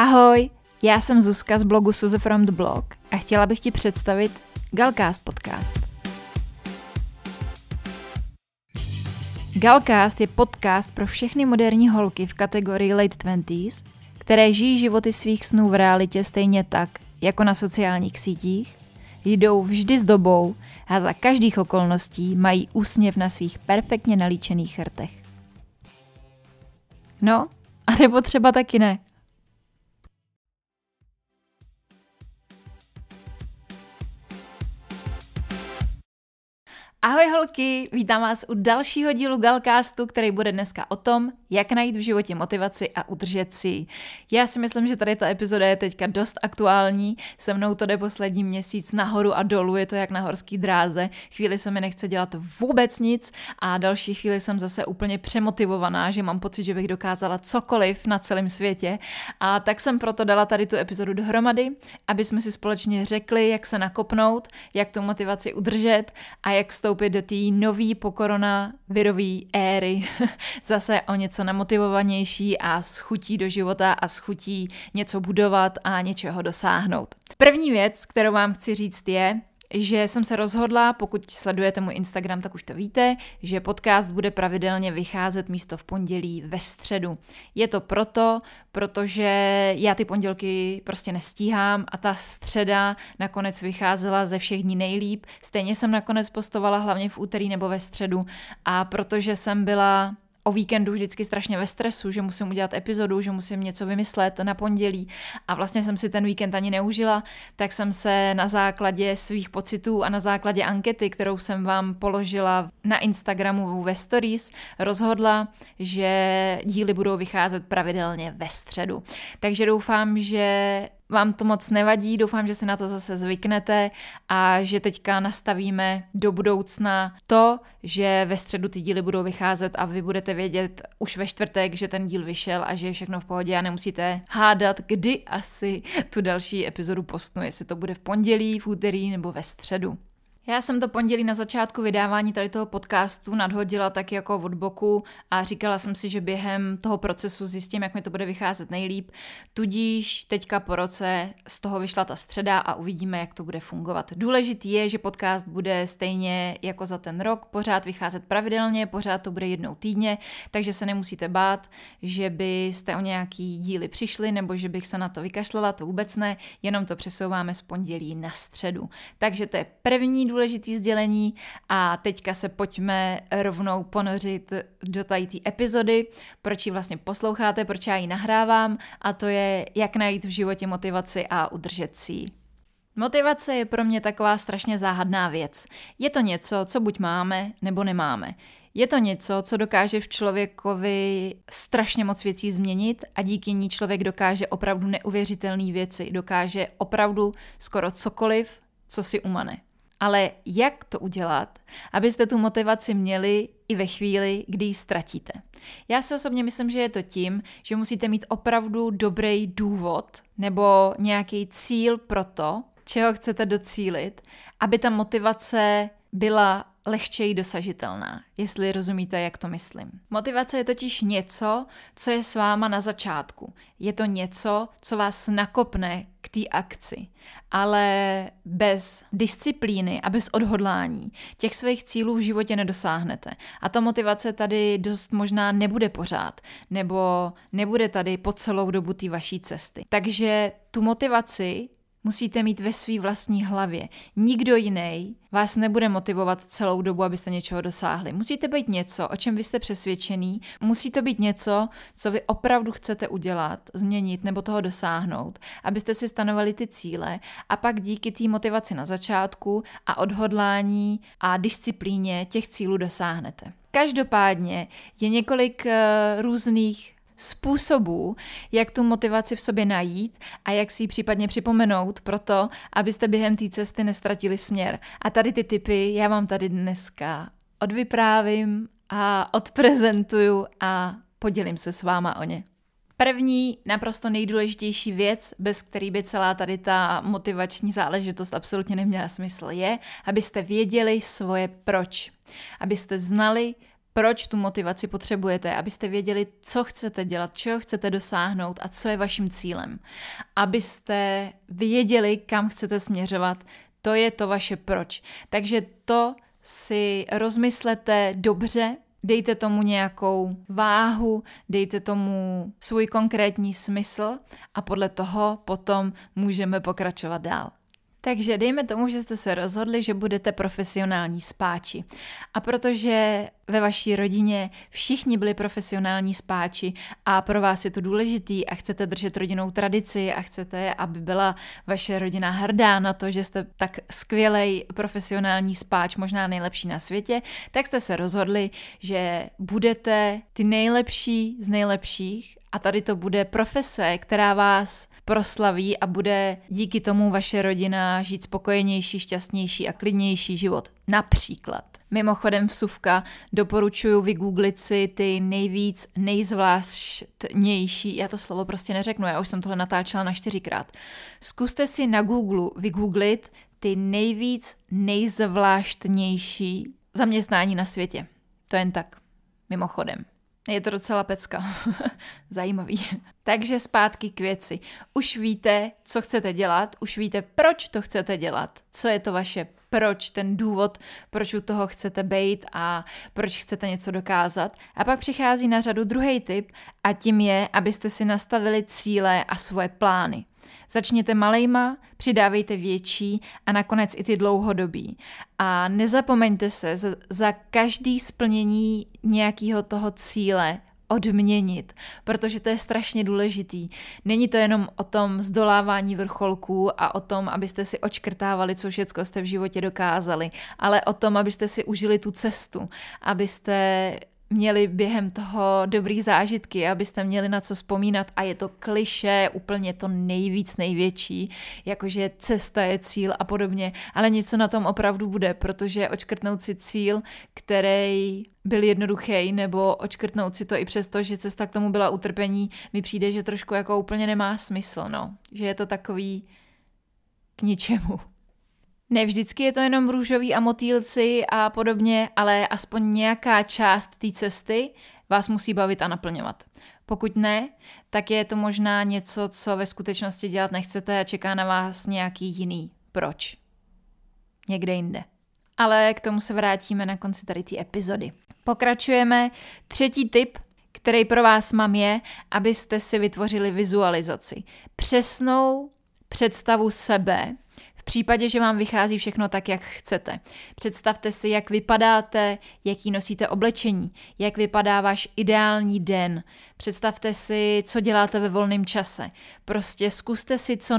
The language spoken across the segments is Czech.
Ahoj, já jsem Zuzka z blogu Suze from the blog a chtěla bych ti představit Galcast podcast. Galcast je podcast pro všechny moderní holky v kategorii late 20s, které žijí životy svých snů v realitě stejně tak, jako na sociálních sítích, jdou vždy s dobou a za každých okolností mají úsměv na svých perfektně nalíčených rtech. No, anebo třeba taky ne. Ahoj holky, vítám vás u dalšího dílu Galcastu, který bude dneska o tom, jak najít v životě motivaci a udržet si ji. Já si myslím, že tady ta epizoda je teďka dost aktuální, se mnou to jde poslední měsíc nahoru a dolů, je to jak na horský dráze, chvíli se mi nechce dělat vůbec nic a další chvíli jsem zase úplně přemotivovaná, že mám pocit, že bych dokázala cokoliv na celém světě a tak jsem proto dala tady tu epizodu dohromady, aby jsme si společně řekli, jak se nakopnout, jak tu motivaci udržet a jak vstoupit do té nový po koronavirové éry zase o něco namotivovanější a s chutí do života a s chutí něco budovat a něčeho dosáhnout. První věc, kterou vám chci říct je, že jsem se rozhodla, pokud sledujete můj Instagram, tak už to víte, že podcast bude pravidelně vycházet místo v pondělí ve středu. Je to protože já ty pondělky prostě nestíhám a ta středa nakonec vycházela ze všech dní nejlíp. Stejně jsem nakonec postovala hlavně v úterý nebo ve středu a protože jsem byla o víkendu vždycky strašně ve stresu, že musím udělat epizodu, že musím něco vymyslet na pondělí a vlastně jsem si ten víkend ani neužila, tak jsem se na základě svých pocitů a na základě ankety, kterou jsem vám položila na Instagramu ve stories, rozhodla, že díly budou vycházet pravidelně ve středu. Takže doufám, že vám to moc nevadí, doufám, že si na to zase zvyknete a že teďka nastavíme do budoucna to, že ve středu ty díly budou vycházet a vy budete vědět už ve čtvrtek, že ten díl vyšel a že je všechno v pohodě a nemusíte hádat, kdy asi tu další epizodu postnu, jestli to bude v pondělí, v úterý nebo ve středu. Já jsem to pondělí na začátku vydávání tady toho podcastu nadhodila tak jako od boku a říkala jsem si, že během toho procesu zjistím, jak mi to bude vycházet nejlíp. Tudíž teďka po roce z toho vyšla ta středa a uvidíme, jak to bude fungovat. Důležitý je, že podcast bude stejně jako za ten rok pořád vycházet pravidelně, pořád to bude jednou týdně, takže se nemusíte bát, že byste o nějaký díly přišli nebo že bych se na to vykašlala, to vůbec ne, jenom to přesouváme z pondělí na středu. Takže to je první důležitý sdělení a teďka se pojďme rovnou ponořit do tady té epizody, proč ji vlastně posloucháte, proč já ji nahrávám a to je, jak najít v životě motivaci a udržet si ji. Motivace je pro mě taková strašně záhadná věc. Je to něco, co buď máme, nebo nemáme. Je to něco, co dokáže v člověkovi strašně moc věcí změnit a díky ní člověk dokáže opravdu neuvěřitelné věci, dokáže opravdu skoro cokoliv, co si umane. Ale jak to udělat, abyste tu motivaci měli i ve chvíli, kdy ji ztratíte? Já si osobně myslím, že je to tím, že musíte mít opravdu dobrý důvod nebo nějaký cíl pro to, čeho chcete docílit, aby ta motivace byla lehčeji dosažitelná, jestli rozumíte, jak to myslím. Motivace je totiž něco, co je s váma na začátku. Je to něco, co vás nakopne k té akci. Ale bez disciplíny a bez odhodlání těch svých cílů v životě nedosáhnete. A ta motivace tady dost možná nebude pořád, nebo nebude tady po celou dobu té vaší cesty. Takže tu motivaci musíte mít ve své vlastní hlavě. Nikdo jiný vás nebude motivovat celou dobu, abyste něčeho dosáhli. Musíte být něco, o čem vy jste přesvědčený, musí to být něco, co vy opravdu chcete udělat, změnit nebo toho dosáhnout, abyste si stanovali ty cíle a pak díky té motivaci na začátku a odhodlání a disciplíně těch cílů dosáhnete. Každopádně je několik různých způsobů, jak tu motivaci v sobě najít a jak si ji případně připomenout proto, abyste během té cesty neztratili směr. A tady ty tipy já vám tady dneska odvyprávím a odprezentuju a podělím se s váma o ně. První, naprosto nejdůležitější věc, bez který by celá tady ta motivační záležitost absolutně neměla smysl, je, abyste věděli svoje proč. Abyste znali, proč tu motivaci potřebujete, abyste věděli, co chcete dělat, čeho chcete dosáhnout a co je vaším cílem. Abyste věděli, kam chcete směřovat, to je to vaše proč. Takže to si rozmyslete dobře, dejte tomu nějakou váhu, dejte tomu svůj konkrétní smysl a podle toho potom můžeme pokračovat dál. Takže dejme tomu, že jste se rozhodli, že budete profesionální spáči. A protože ve vaší rodině všichni byli profesionální spáči a pro vás je to důležitý a chcete držet rodinnou tradici a chcete, aby byla vaše rodina hrdá na to, že jste tak skvělej profesionální spáč, možná nejlepší na světě, tak jste se rozhodli, že budete ty nejlepší z nejlepších a tady to bude profese, která vás proslaví a bude díky tomu vaše rodina žít spokojenější, šťastnější a klidnější život. Například. Mimochodem vsuvka, doporučuji vygooglit si ty nejzvláštnější, já to slovo prostě neřeknu, já už jsem tohle natáčela na 4krát. Zkuste si na Google vygooglit ty nejzvláštnější zaměstnání na světě. To jen tak, mimochodem. Je to docela pecka. Zajímavý. Takže zpátky k věci. Už víte, co chcete dělat, už víte, proč to chcete dělat, co je to vaše proč, ten důvod, proč u toho chcete bejt a proč chcete něco dokázat. A pak přichází na řadu druhý tip a tím je, abyste si nastavili cíle a svoje plány. Začněte malejma, přidávejte větší a nakonec i ty dlouhodobí. A nezapomeňte se za každý splnění nějakého toho cíle odměnit, protože to je strašně důležitý. Není to jenom o tom zdolávání vrcholků a o tom, abyste si odškrtávali, co všecko jste v životě dokázali, ale o tom, abyste si užili tu cestu, abyste měli během toho dobrý zážitky, abyste měli na co vzpomínat a je to klišé, úplně to největší, jakože cesta je cíl a podobně, ale něco na tom opravdu bude, protože odškrtnout si cíl, který byl jednoduchý, nebo odškrtnout si to i přesto, že cesta k tomu byla utrpení, mi přijde, že trošku jako úplně nemá smysl, no. Že je to takový k ničemu. Ne vždycky je to jenom růžový a motýlci a podobně, ale aspoň nějaká část té cesty vás musí bavit a naplňovat. Pokud ne, tak je to možná něco, co ve skutečnosti dělat nechcete a čeká na vás nějaký jiný proč. Někde jinde. Ale k tomu se vrátíme na konci tady té epizody. Pokračujeme. 3. tip, který pro vás mám, je, abyste si vytvořili vizualizaci. Přesnou představu sebe, v případě, že vám vychází všechno tak, jak chcete. Představte si, jak vypadáte, jaký nosíte oblečení, jak vypadá váš ideální den. Představte si, co děláte ve volném čase. Prostě zkuste si co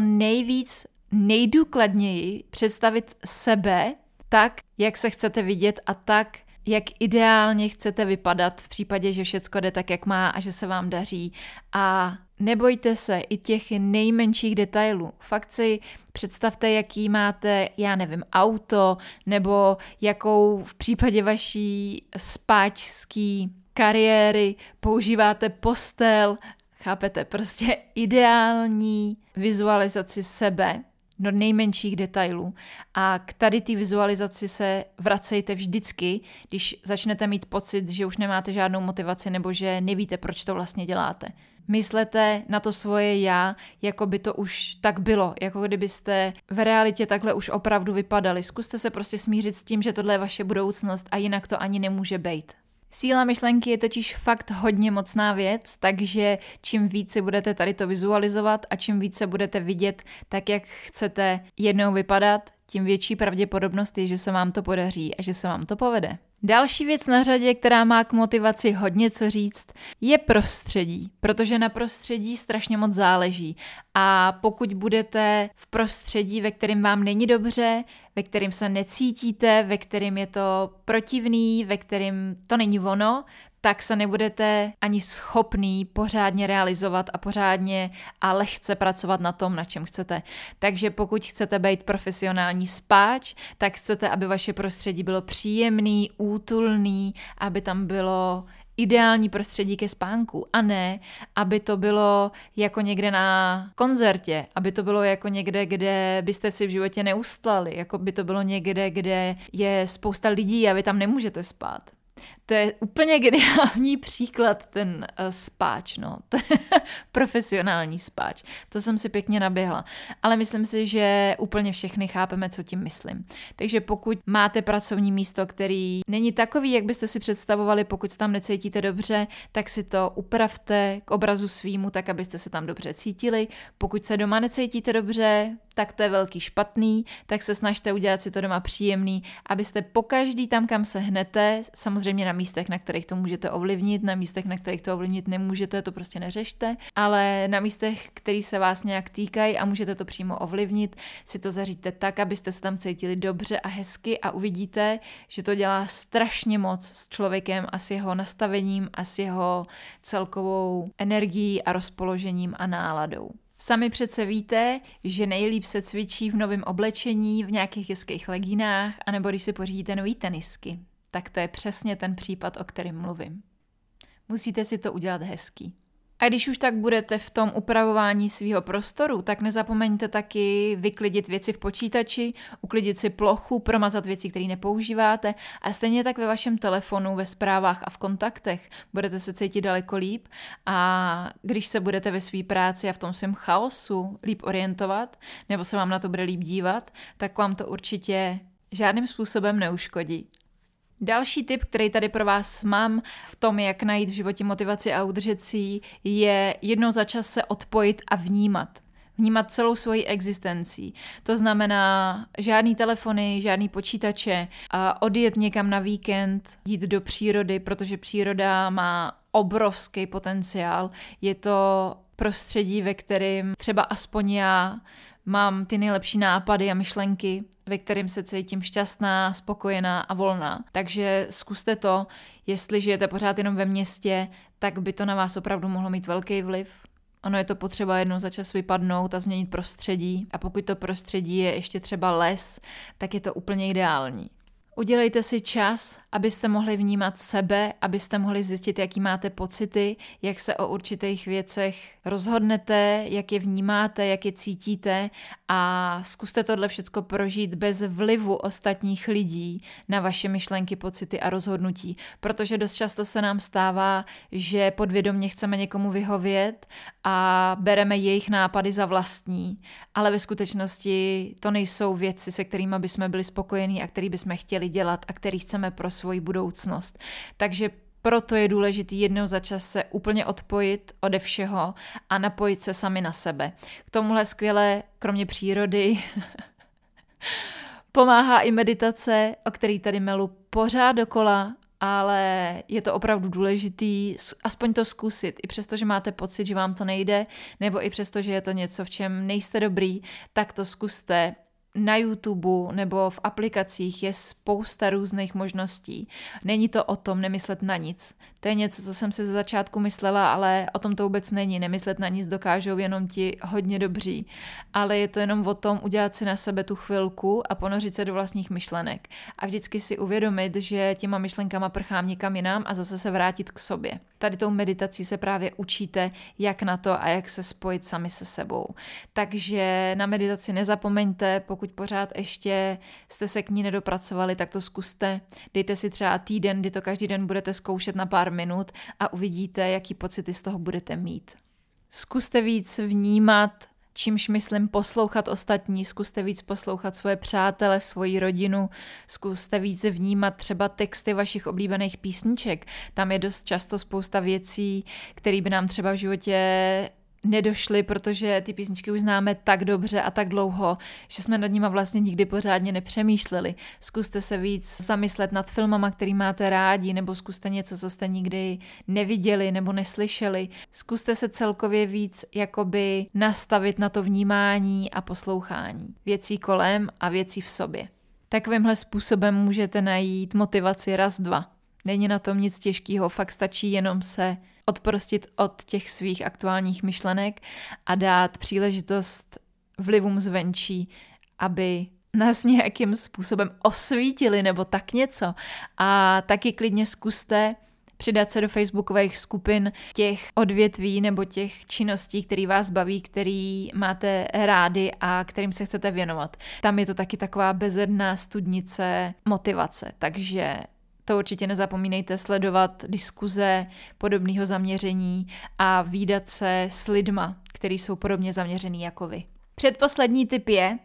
nejdůkladněji představit sebe tak, jak se chcete vidět a tak, jak ideálně chcete vypadat v případě, že všecko jde tak, jak má a že se vám daří. A nebojte se i těch nejmenších detailů. Fakt si představte, jaký máte, já nevím, auto, nebo jakou v případě vaší spáčský kariéry používáte postel. Chápete? Prostě ideální vizualizaci sebe do nejmenších detailů. A k tady té vizualizaci se vracejte vždycky, když začnete mít pocit, že už nemáte žádnou motivaci nebo že nevíte, proč to vlastně děláte. Myslete na to svoje já, jako by to už tak bylo, jako kdybyste v realitě takhle už opravdu vypadali. Zkuste se prostě smířit s tím, že tohle je vaše budoucnost a jinak to ani nemůže být. Síla myšlenky je totiž fakt hodně mocná věc, takže čím více budete tady to vizualizovat a čím více budete vidět tak, jak chcete jednou vypadat, tím větší pravděpodobnost je, že se vám to podaří a že se vám to povede. Další věc na řadě, která má k motivaci hodně co říct, je prostředí, protože na prostředí strašně moc záleží. A pokud budete v prostředí, ve kterém vám není dobře, ve kterém se necítíte, ve kterém je to protivný, ve kterém to není ono, tak se nebudete ani schopný pořádně realizovat a pořádně a lehce pracovat na tom, na čem chcete. Takže pokud chcete být profesionální spáč, tak chcete, aby vaše prostředí bylo příjemný, útulný, aby tam bylo ideální prostředí ke spánku a ne, aby to bylo jako někde na koncertě, aby to bylo jako někde, kde byste si v životě neustlali, jako by to bylo někde, kde je spousta lidí a vy tam nemůžete spát. To je úplně geniální příklad, ten spáč, no. Profesionální spáč. To jsem si pěkně naběhla. Ale myslím si, že úplně všechny chápeme, co tím myslím. Takže pokud máte pracovní místo, který není takový, jak byste si představovali, pokud se tam necítíte dobře, tak si to upravte k obrazu svýmu, tak abyste se tam dobře cítili. Pokud se doma necítíte dobře, tak to je velký špatný, tak se snažte udělat si to doma příjemný, abyste pokaždý tam, kam se hnete, samozřejmě na místech, na kterých to můžete ovlivnit, na místech, na kterých to ovlivnit nemůžete, to prostě neřešte, ale na místech, které se vás nějak týkají a můžete to přímo ovlivnit, si to zaříďte tak, abyste se tam cítili dobře a hezky a uvidíte, že to dělá strašně moc s člověkem a s jeho nastavením a s jeho celkovou energií a rozpoložením a náladou. Sami přece víte, že nejlíp se cvičí v novém oblečení, v nějakých hezkých legínách, anebo když si pořídíte nový tenisky. Tak to je přesně ten případ, o kterém mluvím. Musíte si to udělat hezký. A když už tak budete v tom upravování svého prostoru, tak nezapomeňte taky vyklidit věci v počítači, uklidit si plochu, promazat věci, které nepoužíváte a stejně tak ve vašem telefonu, ve zprávách a v kontaktech budete se cítit daleko líp a když se budete ve své práci a v tom svém chaosu líp orientovat, nebo se vám na to bude líp dívat, tak vám to určitě žádným způsobem neuškodí. Další tip, který tady pro vás mám v tom, jak najít v životě motivaci a udržet si ji, je jednou za čas se odpojit a vnímat. Vnímat celou svoji existencí. To znamená žádný telefony, žádný počítače, a odjet někam na víkend, jít do přírody, protože příroda má obrovský potenciál. Je to prostředí, ve kterém třeba aspoň já mám ty nejlepší nápady a myšlenky, ve kterým se cítím šťastná, spokojená a volná. Takže zkuste to, jestli žijete pořád jenom ve městě, tak by to na vás opravdu mohlo mít velký vliv. Ono je to potřeba jednou za čas vypadnout a změnit prostředí. A pokud to prostředí je ještě třeba les, tak je to úplně ideální. Udělejte si čas, abyste mohli vnímat sebe, abyste mohli zjistit, jaký máte pocity, jak se o určitých věcech rozhodnete, jak je vnímáte, jak je cítíte a zkuste tohle všecko prožít bez vlivu ostatních lidí na vaše myšlenky, pocity a rozhodnutí, protože dost často se nám stává, že podvědomě chceme někomu vyhovět a bereme jejich nápady za vlastní, ale ve skutečnosti to nejsou věci, se kterými bychom byli spokojení a který bychom chtěli dělat a který chceme pro svoji budoucnost. Takže proto je důležité jednou za čas se úplně odpojit ode všeho a napojit se sami na sebe. K tomuhle skvěle, kromě přírody, pomáhá i meditace, o který tady melu pořád dokola, ale je to opravdu důležitý aspoň to zkusit, i přesto, že máte pocit, že vám to nejde, nebo i přesto, že je to něco, v čem nejste dobrý, tak to zkuste. Na YouTube nebo v aplikacích je spousta různých možností. Není to o tom nemyslet na nic. To je něco, co jsem si ze začátku myslela, ale o tom to vůbec není. Nemyslet na nic dokážou jenom ti hodně dobří. Ale je to jenom o tom udělat si na sebe tu chvilku a ponořit se do vlastních myšlenek. A vždycky si uvědomit, že těma myšlenkama prchám někam jinam a zase se vrátit k sobě. Tady tou meditací se právě učíte, jak na to a jak se spojit sami se sebou. Takže na meditaci nezapomeňte, pokud pořád ještě jste se k ní nedopracovali, tak to zkuste. Dejte si třeba týden, kdy to každý den budete zkoušet na pár minut a uvidíte, jaký pocity z toho budete mít. Zkuste víc vnímat, čímž myslím poslouchat ostatní, zkuste víc poslouchat svoje přátele, svoji rodinu, zkuste víc vnímat třeba texty vašich oblíbených písniček. Tam je dost často spousta věcí, které by nám třeba v životě nedošly, protože ty písničky už známe tak dobře a tak dlouho, že jsme nad nima vlastně nikdy pořádně nepřemýšleli. Zkuste se víc zamyslet nad filmama, který máte rádi, nebo zkuste něco, co jste nikdy neviděli nebo neslyšeli. Zkuste se celkově víc jakoby nastavit na to vnímání a poslouchání věcí kolem a věcí v sobě. Takovýmhle způsobem můžete najít motivaci raz, dva. Není na tom nic těžkého, fakt stačí jenom se odprostit od těch svých aktuálních myšlenek a dát příležitost vlivům zvenčí, aby nás nějakým způsobem osvítili nebo tak něco. A taky klidně zkuste přidat se do facebookových skupin těch odvětví nebo těch činností, které vás baví, který máte rádi a kterým se chcete věnovat. Tam je to taky taková bezedná studnice motivace, takže To určitě nezapomínejte sledovat diskuze podobného zaměření a vídat se s lidma, kteří jsou podobně zaměřený jako vy. Předposlední tip je,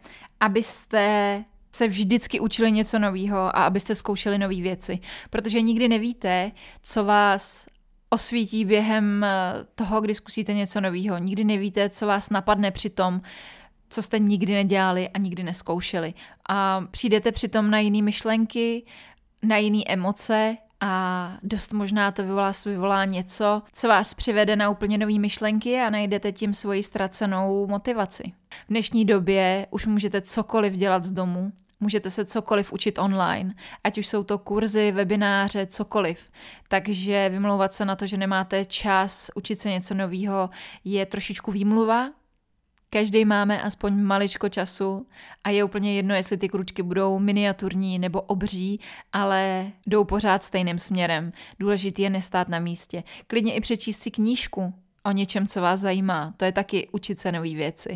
abyste se vždycky učili něco nového a abyste zkoušeli nové věci, protože nikdy nevíte, co vás osvítí během toho, kdy zkusíte něco nového. Nikdy nevíte, co vás napadne při tom, co jste nikdy nedělali a nikdy nezkoušeli. A přijdete přitom na jiné myšlenky, na jiné emoce a dost možná to vyvolá něco, co vás přivede na úplně nové myšlenky a najdete tím svoji ztracenou motivaci. V dnešní době už můžete cokoliv dělat z domu, můžete se cokoliv učit online, ať už jsou to kurzy, webináře, cokoliv. Takže vymlouvat se na to, že nemáte čas učit se něco nového, je trošičku výmluva. Každý máme aspoň maličko času a je úplně jedno, jestli ty kručky budou miniaturní nebo obří, ale jdou pořád stejným směrem. Důležité je nestát na místě. Klidně i přečíst si knížku o něčem, co vás zajímá. To je taky učit se nové věci.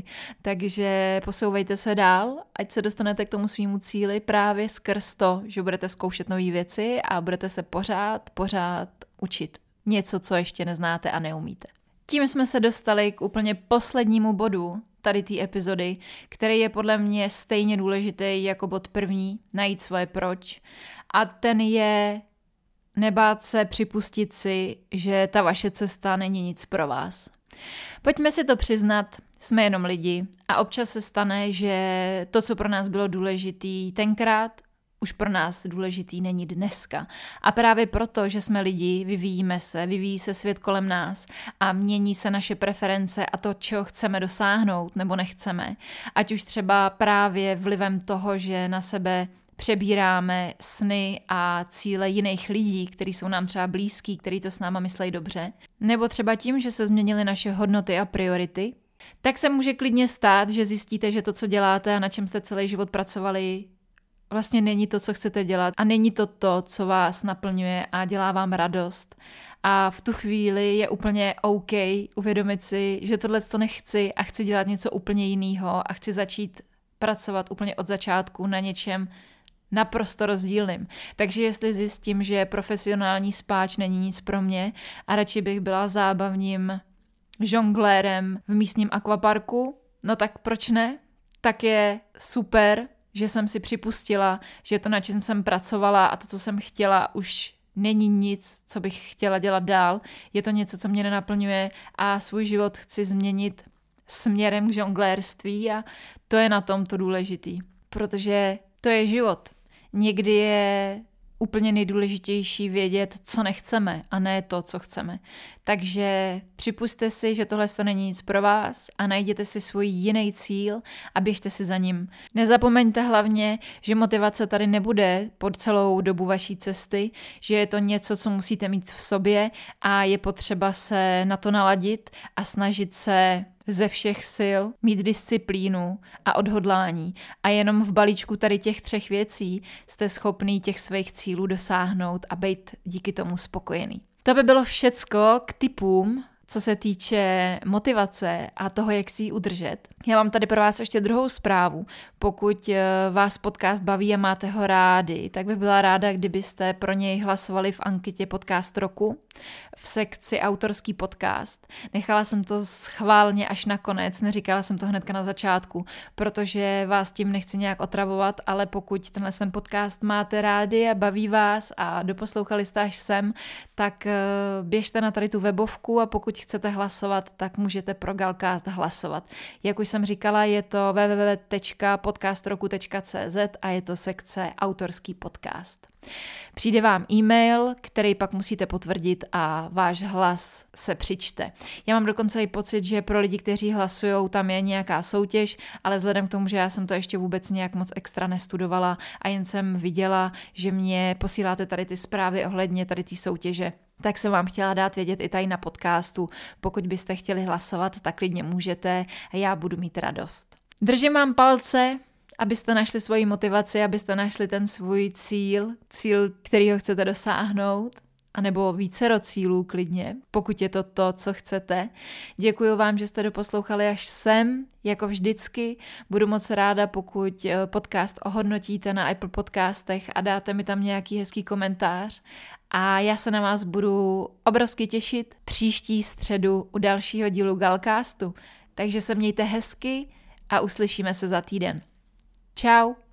Takže posouvejte se dál, ať se dostanete k tomu svýmu cíli právě skrz to, že budete zkoušet nové věci a budete se pořád učit. Něco, co ještě neznáte a neumíte. Tím jsme se dostali k úplně poslednímu bodu tady té epizody, který je podle mě stejně důležitý jako bod první, najít svoje proč. A ten je nebát se připustit si, že ta vaše cesta není nic pro vás. Pojďme si to přiznat, jsme jenom lidi a občas se stane, že to, co pro nás bylo důležitý tenkrát, už pro nás důležitý není dneska. A právě proto, že jsme lidi, vyvíjí se svět kolem nás a mění se naše preference a to, čeho chceme dosáhnout nebo nechceme. Ať už třeba právě vlivem toho, že na sebe přebíráme sny a cíle jiných lidí, kteří jsou nám třeba blízký, kteří to s náma myslejí dobře, nebo třeba tím, že se změnily naše hodnoty a priority, tak se může klidně stát, že zjistíte, že to, co děláte a na čem jste celý život pracovali, vlastně není to, co chcete dělat a není to to, co vás naplňuje a dělá vám radost. A v tu chvíli je úplně OK uvědomit si, že tohle to nechci a chci dělat něco úplně jiného a chci začít pracovat úplně od začátku na něčem naprosto rozdílným. Takže jestli zjistím, že profesionální spáč není nic pro mě a radši bych byla zábavním žonglérem v místním akvaparku, no tak proč ne? Tak je super, že jsem si připustila, že to, na čem jsem pracovala a to, co jsem chtěla, už není nic, co bych chtěla dělat dál. Je to něco, co mě nenaplňuje a svůj život chci změnit směrem k žonglérství a to je na tom to důležitý. Protože to je život. Někdy je úplně nejdůležitější vědět, co nechceme a ne to, co chceme. Takže připusťte si, že tohle to není nic pro vás a najděte si svůj jiný cíl a běžte si za ním. Nezapomeňte hlavně, že motivace tady nebude po celou dobu vaší cesty, že je to něco, co musíte mít v sobě a je potřeba se na to naladit a snažit se ze všech sil mít disciplínu a odhodlání. A jenom v balíčku tady těch 3 věcí jste schopný těch svých cílů dosáhnout a být díky tomu spokojený. To by bylo všecko k tipům, co se týče motivace a toho, jak si ji udržet. Já mám tady pro vás ještě druhou zprávu. Pokud vás podcast baví a máte ho rádi, tak bych byla ráda, kdybyste pro něj hlasovali v anketě Podcast roku v sekci Autorský podcast. Nechala jsem to schválně až na konec, neříkala jsem to hnedka na začátku, protože vás tím nechci nějak otravovat, ale pokud ten podcast máte rádi a baví vás a doposlouchali jste až sem, tak běžte na tady tu webovku a pokud chcete hlasovat, tak můžete pro Galcast hlasovat. Jak už jsem říkala, je to www.podcastroku.cz a je to sekce Autorský podcast. Přijde vám e-mail, který pak musíte potvrdit a váš hlas se přičte. Já mám dokonce i pocit, že pro lidi, kteří hlasujou, tam je nějaká soutěž, ale vzhledem k tomu, že já jsem to ještě vůbec nějak moc extra nestudovala a jen jsem viděla, že mě posíláte tady ty zprávy ohledně tady té soutěže, tak jsem vám chtěla dát vědět i tady na podcastu. Pokud byste chtěli hlasovat, tak klidně můžete a já budu mít radost. Držím vám palce, abyste našli svoji motivaci, abyste našli ten svůj cíl, kterýho chcete dosáhnout anebo vícero cílů klidně, pokud je to, co chcete. Děkuji vám, že jste doposlouchali až sem, jako vždycky. Budu moc ráda, pokud podcast ohodnotíte na Apple podcastech a dáte mi tam nějaký hezký komentář. A já se na vás budu obrovsky těšit příští středu u dalšího dílu Galcastu. Takže se mějte hezky a uslyšíme se za týden. Čau!